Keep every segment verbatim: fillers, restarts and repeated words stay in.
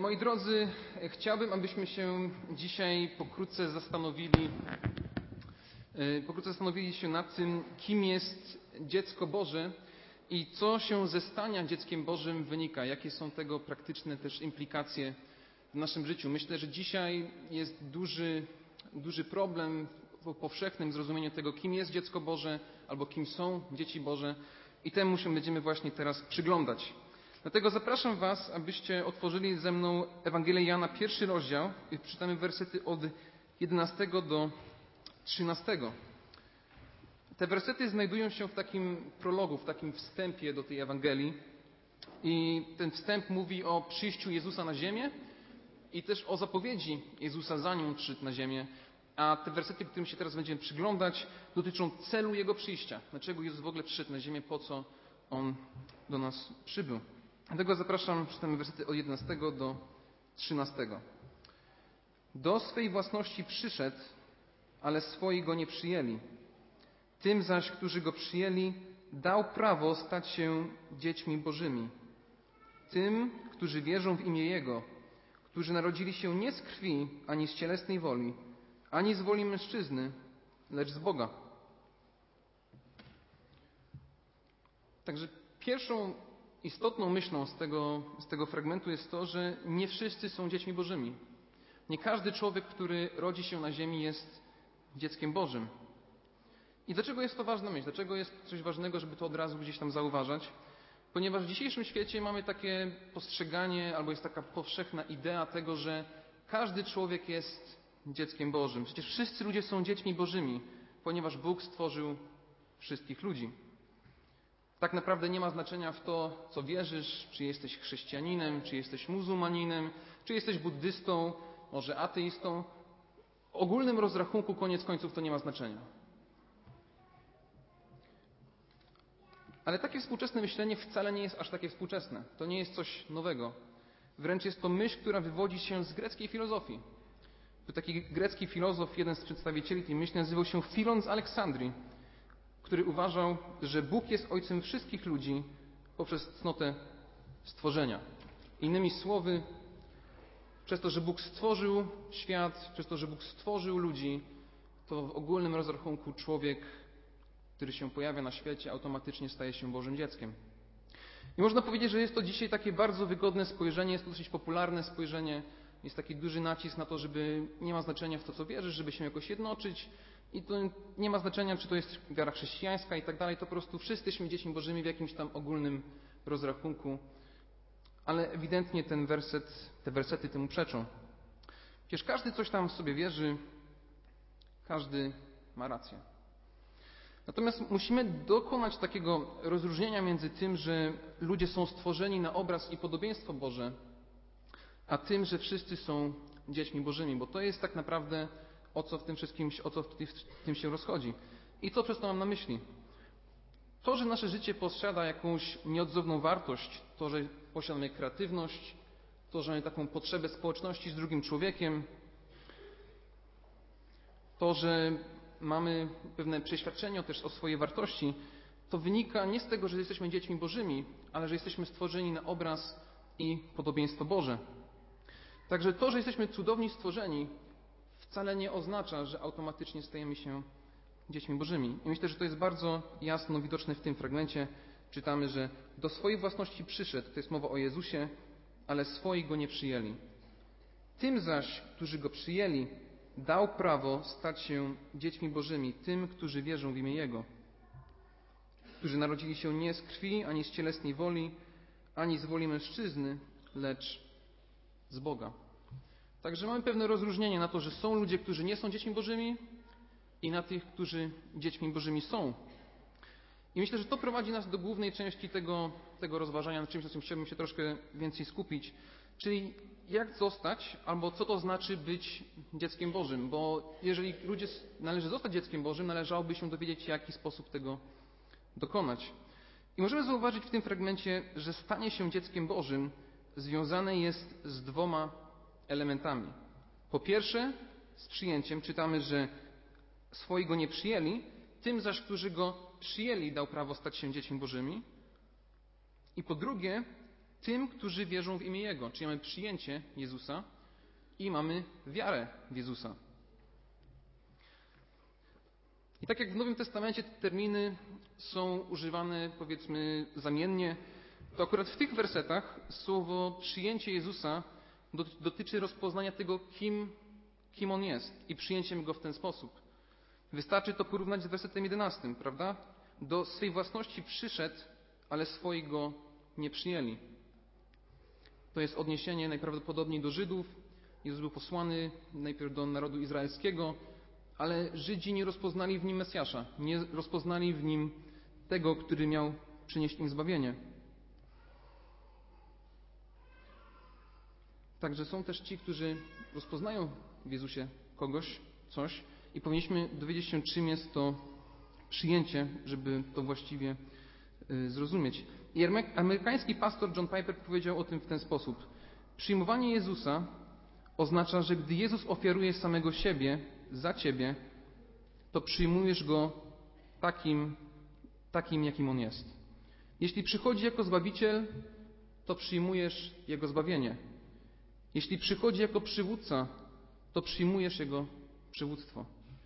Moi drodzy, chciałbym, abyśmy się dzisiaj pokrótce zastanowili, pokrótce zastanowili się nad tym, kim jest dziecko Boże i co się ze stania dzieckiem Bożym wynika, jakie są tego praktyczne też implikacje w naszym życiu. Myślę, że dzisiaj jest duży, duży problem w powszechnym zrozumieniu tego, kim jest dziecko Boże albo kim są dzieci Boże i temu się będziemy właśnie teraz przyglądać. Dlatego zapraszam Was, abyście otworzyli ze mną Ewangelię Jana, pierwszy rozdział i przeczytamy wersety od jedenastego do trzynastego. Te wersety znajdują się w takim prologu, w takim wstępie do tej Ewangelii i ten wstęp mówi o przyjściu Jezusa na ziemię i też o zapowiedzi Jezusa, zanim przyszedł na ziemię. A te wersety, którym się teraz będziemy przyglądać, dotyczą celu Jego przyjścia. Dlaczego Jezus w ogóle przyszedł na ziemię, po co On do nas przybył. Dlatego zapraszam, czytamy wersety od jedenastego do trzynastego. Do swej własności przyszedł, ale swoi go nie przyjęli. Tym zaś, którzy go przyjęli, dał prawo stać się dziećmi Bożymi. Tym, którzy wierzą w imię Jego, którzy narodzili się nie z krwi, ani z cielesnej woli, ani z woli mężczyzny, lecz z Boga. Także pierwszą istotną myślą z tego, z tego fragmentu jest to, że nie wszyscy są dziećmi Bożymi. Nie każdy człowiek, który rodzi się na ziemi, jest dzieckiem Bożym. I dlaczego jest to ważna myśl? Dlaczego jest coś ważnego, żeby to od razu gdzieś tam zauważać? Ponieważ w dzisiejszym świecie mamy takie postrzeganie, albo jest taka powszechna idea tego, że każdy człowiek jest dzieckiem Bożym. Przecież wszyscy ludzie są dziećmi Bożymi, ponieważ Bóg stworzył wszystkich ludzi. Tak naprawdę nie ma znaczenia w to, co wierzysz, czy jesteś chrześcijaninem, czy jesteś muzułmaninem, czy jesteś buddystą, może ateistą. W ogólnym rozrachunku koniec końców to nie ma znaczenia. Ale takie współczesne myślenie wcale nie jest aż takie współczesne. To nie jest coś nowego. Wręcz jest to myśl, która wywodzi się z greckiej filozofii. To taki grecki filozof, jeden z przedstawicieli tej myśli, nazywał się Filon z Aleksandrii, który uważał, że Bóg jest ojcem wszystkich ludzi poprzez cnotę stworzenia. Innymi słowy, przez to, że Bóg stworzył świat, przez to, że Bóg stworzył ludzi, to w ogólnym rozrachunku człowiek, który się pojawia na świecie, automatycznie staje się Bożym dzieckiem. I można powiedzieć, że jest to dzisiaj takie bardzo wygodne spojrzenie, jest to dosyć popularne spojrzenie, jest taki duży nacisk na to, żeby nie ma znaczenia w to, co wierzysz, żeby się jakoś jednoczyć i to nie ma znaczenia, czy to jest wiara chrześcijańska i tak dalej, to po prostu wszyscy jesteśmy dziećmi Bożymi w jakimś tam ogólnym rozrachunku, ale ewidentnie ten werset, te wersety temu przeczą. Przecież każdy coś tam w sobie wierzy, każdy ma rację. Natomiast musimy dokonać takiego rozróżnienia między tym, że ludzie są stworzeni na obraz i podobieństwo Boże, a tym, że wszyscy są dziećmi Bożymi, bo to jest tak naprawdę o co w tym wszystkim, o co w tym się rozchodzi. I co przez to mam na myśli? To, że nasze życie posiada jakąś nieodzowną wartość, to, że posiadamy kreatywność, to, że mamy taką potrzebę społeczności z drugim człowiekiem, to, że mamy pewne przeświadczenie też o swojej wartości, to wynika nie z tego, że jesteśmy dziećmi Bożymi, ale że jesteśmy stworzeni na obraz i podobieństwo Boże. Także to, że jesteśmy cudownie stworzeni, wcale nie oznacza, że automatycznie stajemy się dziećmi Bożymi. I myślę, że to jest bardzo jasno widoczne w tym fragmencie. Czytamy, że do swojej własności przyszedł, to jest mowa o Jezusie, ale swoi go nie przyjęli. Tym zaś, którzy go przyjęli, dał prawo stać się dziećmi Bożymi, tym, którzy wierzą w imię Jego, którzy narodzili się nie z krwi, ani z cielesnej woli, ani z woli mężczyzny, lecz z Boga. Także mamy pewne rozróżnienie na to, że są ludzie, którzy nie są dziećmi Bożymi i na tych, którzy dziećmi Bożymi są. I myślę, że to prowadzi nas do głównej części tego, tego rozważania, na czymś, na czym chciałbym się troszkę więcej skupić, czyli jak zostać, albo co to znaczy być dzieckiem Bożym, bo jeżeli ludzie należy zostać dzieckiem Bożym, należałoby się dowiedzieć, w jaki sposób tego dokonać. I możemy zauważyć w tym fragmencie, że stanie się dzieckiem Bożym związane jest z dwoma elementami. Po pierwsze, z przyjęciem czytamy, że swoi go nie przyjęli, tym zaś, którzy go przyjęli, dał prawo stać się dziećmi Bożymi. I po drugie, tym, którzy wierzą w imię Jego. Czyli mamy przyjęcie Jezusa i mamy wiarę w Jezusa. I tak jak w Nowym Testamencie te terminy są używane, powiedzmy, zamiennie, to akurat w tych wersetach słowo przyjęcie Jezusa dotyczy rozpoznania tego, kim, kim On jest i przyjęciem Go w ten sposób. Wystarczy to porównać z wersetem jedenastym, prawda? Do swej własności przyszedł, ale swoi Go nie przyjęli. To jest odniesienie najprawdopodobniej do Żydów. Jezus był posłany najpierw do narodu izraelskiego, ale Żydzi nie rozpoznali w Nim Mesjasza, nie rozpoznali w Nim tego, który miał przynieść im zbawienie. Także są też ci, którzy rozpoznają w Jezusie kogoś, coś i powinniśmy dowiedzieć się, czym jest to przyjęcie, żeby to właściwie y, zrozumieć. I amerykański pastor John Piper powiedział o tym w ten sposób. Przyjmowanie Jezusa oznacza, że gdy Jezus ofiaruje samego siebie za ciebie, to przyjmujesz Go takim, takim, jakim On jest. Jeśli przychodzi jako Zbawiciel, to przyjmujesz Jego zbawienie. Jeśli przychodzi jako przywódca, to przyjmujesz Jego przywództwo.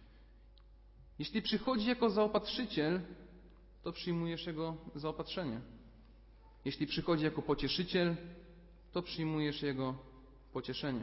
Jeśli przychodzi jako zaopatrzyciel, to przyjmujesz Jego zaopatrzenie. Jeśli przychodzi jako pocieszyciel, to przyjmujesz Jego pocieszenie.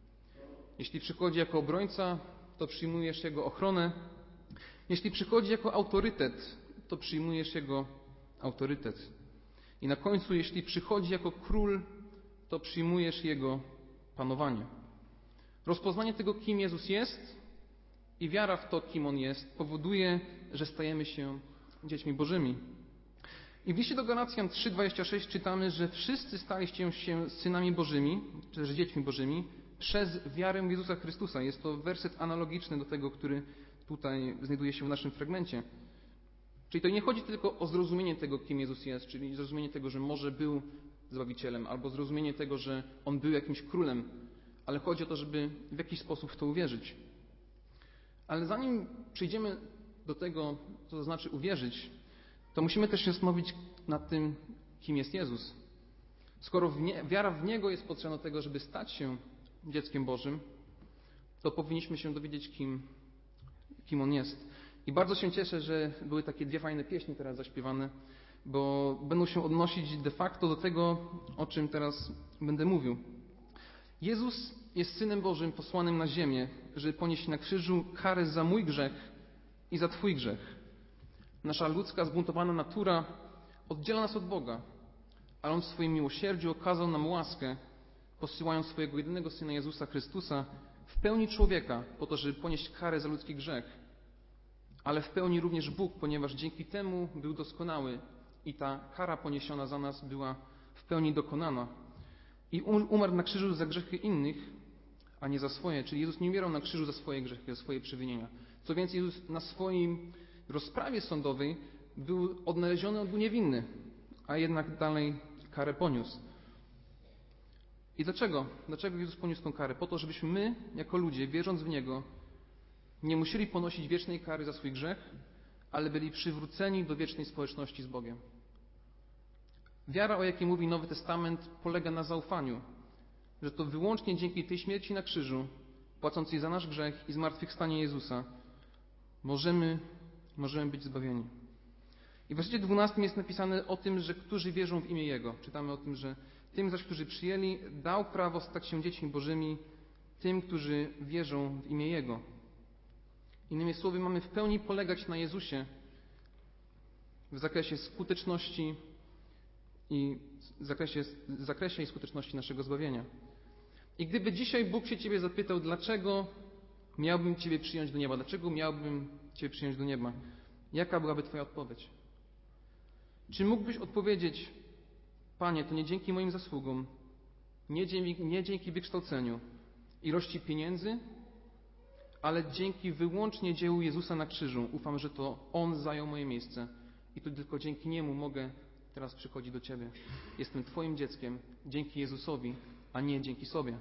Jeśli przychodzi jako obrońca, to przyjmujesz Jego ochronę. Jeśli przychodzi jako autorytet, to przyjmujesz Jego autorytet. I na końcu, jeśli przychodzi jako król, to przyjmujesz Jego panowanie. Rozpoznanie tego, kim Jezus jest i wiara w to, kim On jest, powoduje, że stajemy się dziećmi Bożymi. I w liście do Galacjan trzy dwadzieścia sześć czytamy, że wszyscy staliście się synami Bożymi, czy też dziećmi Bożymi, przez wiarę w Jezusa Chrystusa. Jest to werset analogiczny do tego, który tutaj znajduje się w naszym fragmencie. Czyli to nie chodzi tylko o zrozumienie tego, kim Jezus jest, czyli zrozumienie tego, że może był Zbawicielem, albo zrozumienie tego, że On był jakimś królem, ale chodzi o to, żeby w jakiś sposób w to uwierzyć. Ale zanim przejdziemy do tego, co to znaczy uwierzyć, to musimy też się zastanowić nad tym, kim jest Jezus. Skoro w nie, wiara w Niego jest potrzebna do tego, żeby stać się dzieckiem Bożym, to powinniśmy się dowiedzieć, kim, kim On jest. I bardzo się cieszę, że były takie dwie fajne pieśni teraz zaśpiewane, bo będą się odnosić de facto do tego, o czym teraz będę mówił. Jezus jest Synem Bożym posłanym na ziemię, żeby ponieść na krzyżu karę za mój grzech i za Twój grzech. Nasza ludzka, zbuntowana natura oddziela nas od Boga, ale On w swoim miłosierdziu okazał nam łaskę, posyłając swojego jedynego Syna Jezusa Chrystusa w pełni człowieka, po to, żeby ponieść karę za ludzki grzech, ale w pełni również Bóg, ponieważ dzięki temu był doskonały i ta kara poniesiona za nas była w pełni dokonana. I umarł na krzyżu za grzechy innych, a nie za swoje. Czyli Jezus nie umierał na krzyżu za swoje grzechy, za swoje przewinienia. Co więcej, Jezus na swoim rozprawie sądowej był odnaleziony, on był niewinny, a jednak dalej karę poniósł. I dlaczego? Dlaczego Jezus poniósł tą karę? Po to, żebyśmy my, jako ludzie, wierząc w Niego, nie musieli ponosić wiecznej kary za swój grzech, ale byli przywróceni do wiecznej społeczności z Bogiem. Wiara, o jakiej mówi Nowy Testament, polega na zaufaniu, że to wyłącznie dzięki tej śmierci na krzyżu, płacącej za nasz grzech i zmartwychwstanie Jezusa, możemy, możemy być zbawieni. I w wersecie dwunastym jest napisane o tym, że którzy wierzą w imię Jego. Czytamy o tym, że tym zaś, którzy przyjęli, dał prawo stać się dziećmi Bożymi, tym, którzy wierzą w imię Jego. Innymi słowy, mamy w pełni polegać na Jezusie w zakresie skuteczności i w zakresie, w zakresie i skuteczności naszego zbawienia. I gdyby dzisiaj Bóg się Ciebie zapytał, dlaczego miałbym Ciebie przyjąć do nieba, dlaczego miałbym Ciebie przyjąć do nieba, jaka byłaby Twoja odpowiedź? Czy mógłbyś odpowiedzieć: Panie, to nie dzięki moim zasługom, nie dzięki, nie dzięki wykształceniu, ilości pieniędzy, ale dzięki wyłącznie dziełu Jezusa na krzyżu. Ufam, że to On zajął moje miejsce i to tylko dzięki Niemu mogę teraz przychodzić do Ciebie. Jestem Twoim dzieckiem dzięki Jezusowi, a nie dzięki sobie.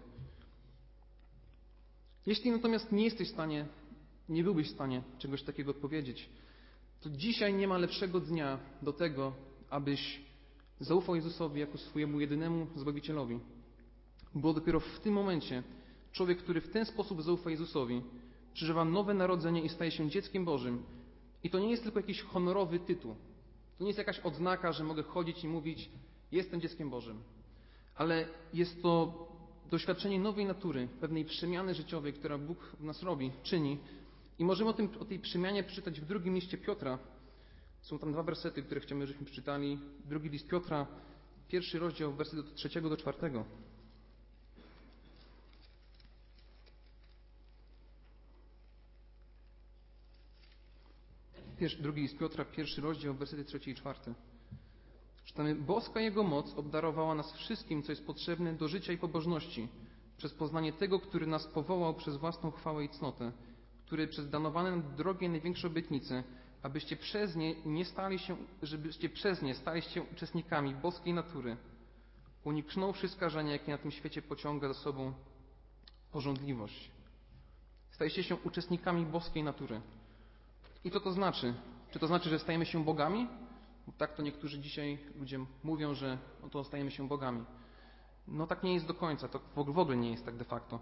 Jeśli natomiast nie jesteś w stanie, nie byłbyś w stanie czegoś takiego odpowiedzieć, to dzisiaj nie ma lepszego dnia do tego, abyś Zaufał Jezusowi jako swojemu jedynemu Zbawicielowi. Bo dopiero w tym momencie człowiek, który w ten sposób zaufa Jezusowi, przeżywa nowe narodzenie i staje się dzieckiem Bożym. I to nie jest tylko jakiś honorowy tytuł. To nie jest jakaś odznaka, że mogę chodzić i mówić: jestem dzieckiem Bożym. Ale jest to doświadczenie nowej natury, pewnej przemiany życiowej, która Bóg w nas robi, czyni. I możemy o, tym, o tej przemianie przeczytać w drugim liście Piotra. Są tam dwa wersety, które chciałbym, żebyśmy przeczytali. Drugi list Piotra, pierwszy rozdział, wersety od trzeciego do czwartego. Pierwszy, drugi list Piotra, pierwszy rozdział, wersety trzeci i czwarty. Czytamy: boska Jego moc obdarowała nas wszystkim, co jest potrzebne do życia i pobożności, przez poznanie Tego, który nas powołał przez własną chwałę i cnotę, który przez danowane nam drogie największe obietnice, abyście przez nie nie stali się, żebyście przez nie stali się uczestnikami boskiej natury, uniknąwszy skażenia, jakie na tym świecie pociąga za sobą pożądliwość. Stajecie się uczestnikami boskiej natury. I co to znaczy? Czy to znaczy, że stajemy się bogami? Bo tak to niektórzy dzisiaj ludzie mówią, że no to stajemy się bogami. No tak nie jest do końca, to w ogóle nie jest tak de facto.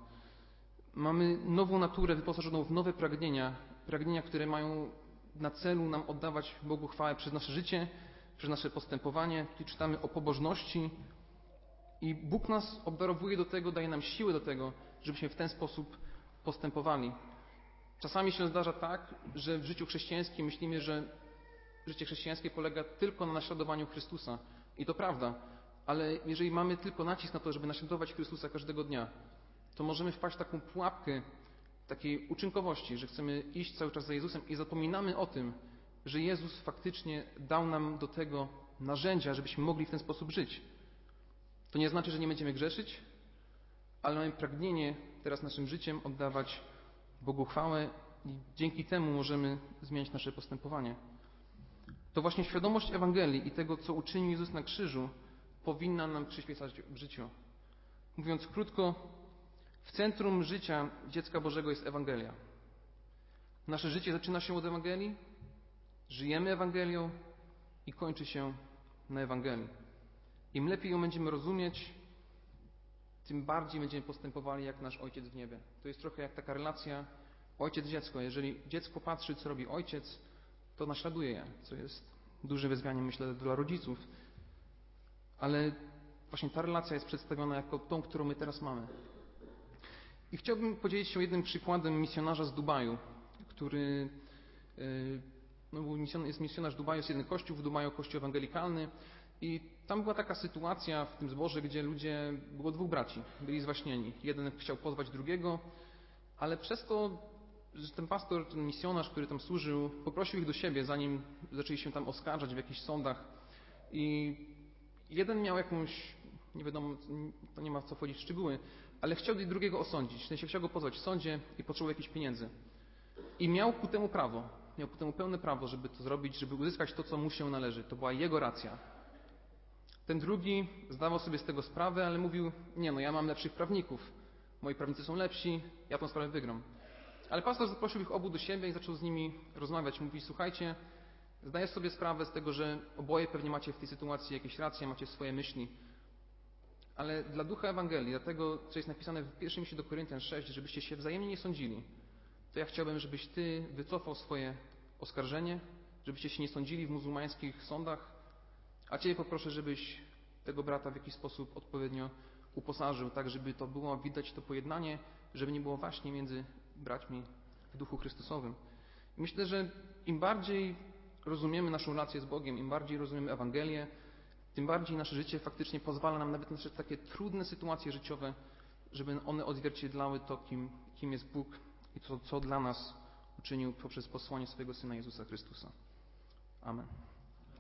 Mamy nową naturę wyposażoną w nowe pragnienia, pragnienia, które mają na celu nam oddawać Bogu chwałę przez nasze życie, przez nasze postępowanie. Tu czytamy o pobożności i Bóg nas obdarowuje do tego, daje nam siłę do tego, żebyśmy w ten sposób postępowali. Czasami się zdarza tak, że w życiu chrześcijańskim myślimy, że życie chrześcijańskie polega tylko na naśladowaniu Chrystusa. I to prawda, ale jeżeli mamy tylko nacisk na to, żeby naśladować Chrystusa każdego dnia, to możemy wpaść w taką pułapkę takiej uczynkowości, że chcemy iść cały czas za Jezusem i zapominamy o tym, że Jezus faktycznie dał nam do tego narzędzia, żebyśmy mogli w ten sposób żyć. To nie znaczy, że nie będziemy grzeszyć, ale mamy pragnienie teraz naszym życiem oddawać Bogu chwałę i dzięki temu możemy zmieniać nasze postępowanie. To właśnie świadomość Ewangelii i tego, co uczynił Jezus na krzyżu, powinna nam przyświecać w życiu. Mówiąc krótko, w centrum życia dziecka Bożego jest Ewangelia. Nasze życie zaczyna się od Ewangelii, żyjemy Ewangelią i kończy się na Ewangelii. Im lepiej ją będziemy rozumieć, tym bardziej będziemy postępowali jak nasz Ojciec w niebie. To jest trochę jak taka relacja ojciec-dziecko. Jeżeli dziecko patrzy, co robi ojciec, to naśladuje je, co jest dużym wyzwaniem, myślę, dla rodziców. Ale właśnie ta relacja jest przedstawiona jako tą, którą my teraz mamy. I chciałbym podzielić się jednym przykładem misjonarza z Dubaju, który no, jest misjonarz w Dubaju, jest jeden kościół w Dubaju, kościół ewangelikalny. I tam była taka sytuacja w tym zborze, gdzie ludzie, było dwóch braci, byli zwaśnieni. Jeden chciał pozwać drugiego, ale przez to, że ten pastor, ten misjonarz, który tam służył, poprosił ich do siebie, zanim zaczęli się tam oskarżać w jakichś sądach. I jeden miał jakąś, nie wiadomo, to nie ma co wchodzić w szczegóły, ale chciał drugiego osądzić. W sensie chciał go pozwać w sądzie i potrzebował jakichś pieniędzy. I miał ku temu prawo, miał ku temu pełne prawo, żeby to zrobić, żeby uzyskać to, co mu się należy. To była jego racja. Ten drugi zdawał sobie z tego sprawę, ale mówił: nie, no ja mam lepszych prawników, moi prawnicy są lepsi, ja tę sprawę wygram. Ale pastor zaprosił ich obu do siebie i zaczął z nimi rozmawiać. Mówi: słuchajcie, zdaję sobie sprawę z tego, że oboje pewnie macie w tej sytuacji jakieś racje, macie swoje myśli, ale dla ducha Ewangelii, dla tego, co jest napisane w pierwszym liście do Koryntian sześć, żebyście się wzajemnie nie sądzili, to ja chciałbym, żebyś ty wycofał swoje oskarżenie, żebyście się nie sądzili w muzułmańskich sądach, a ciebie poproszę, żebyś tego brata w jakiś sposób odpowiednio uposażył, tak żeby to było widać to pojednanie, żeby nie było waśni między braćmi w duchu Chrystusowym. Myślę, że im bardziej rozumiemy naszą relację z Bogiem, im bardziej rozumiemy Ewangelię, tym bardziej nasze życie faktycznie pozwala nam nawet na takie trudne sytuacje życiowe, żeby one odzwierciedlały to, kim, kim jest Bóg i to, co dla nas uczynił poprzez posłanie swojego Syna Jezusa Chrystusa. Amen.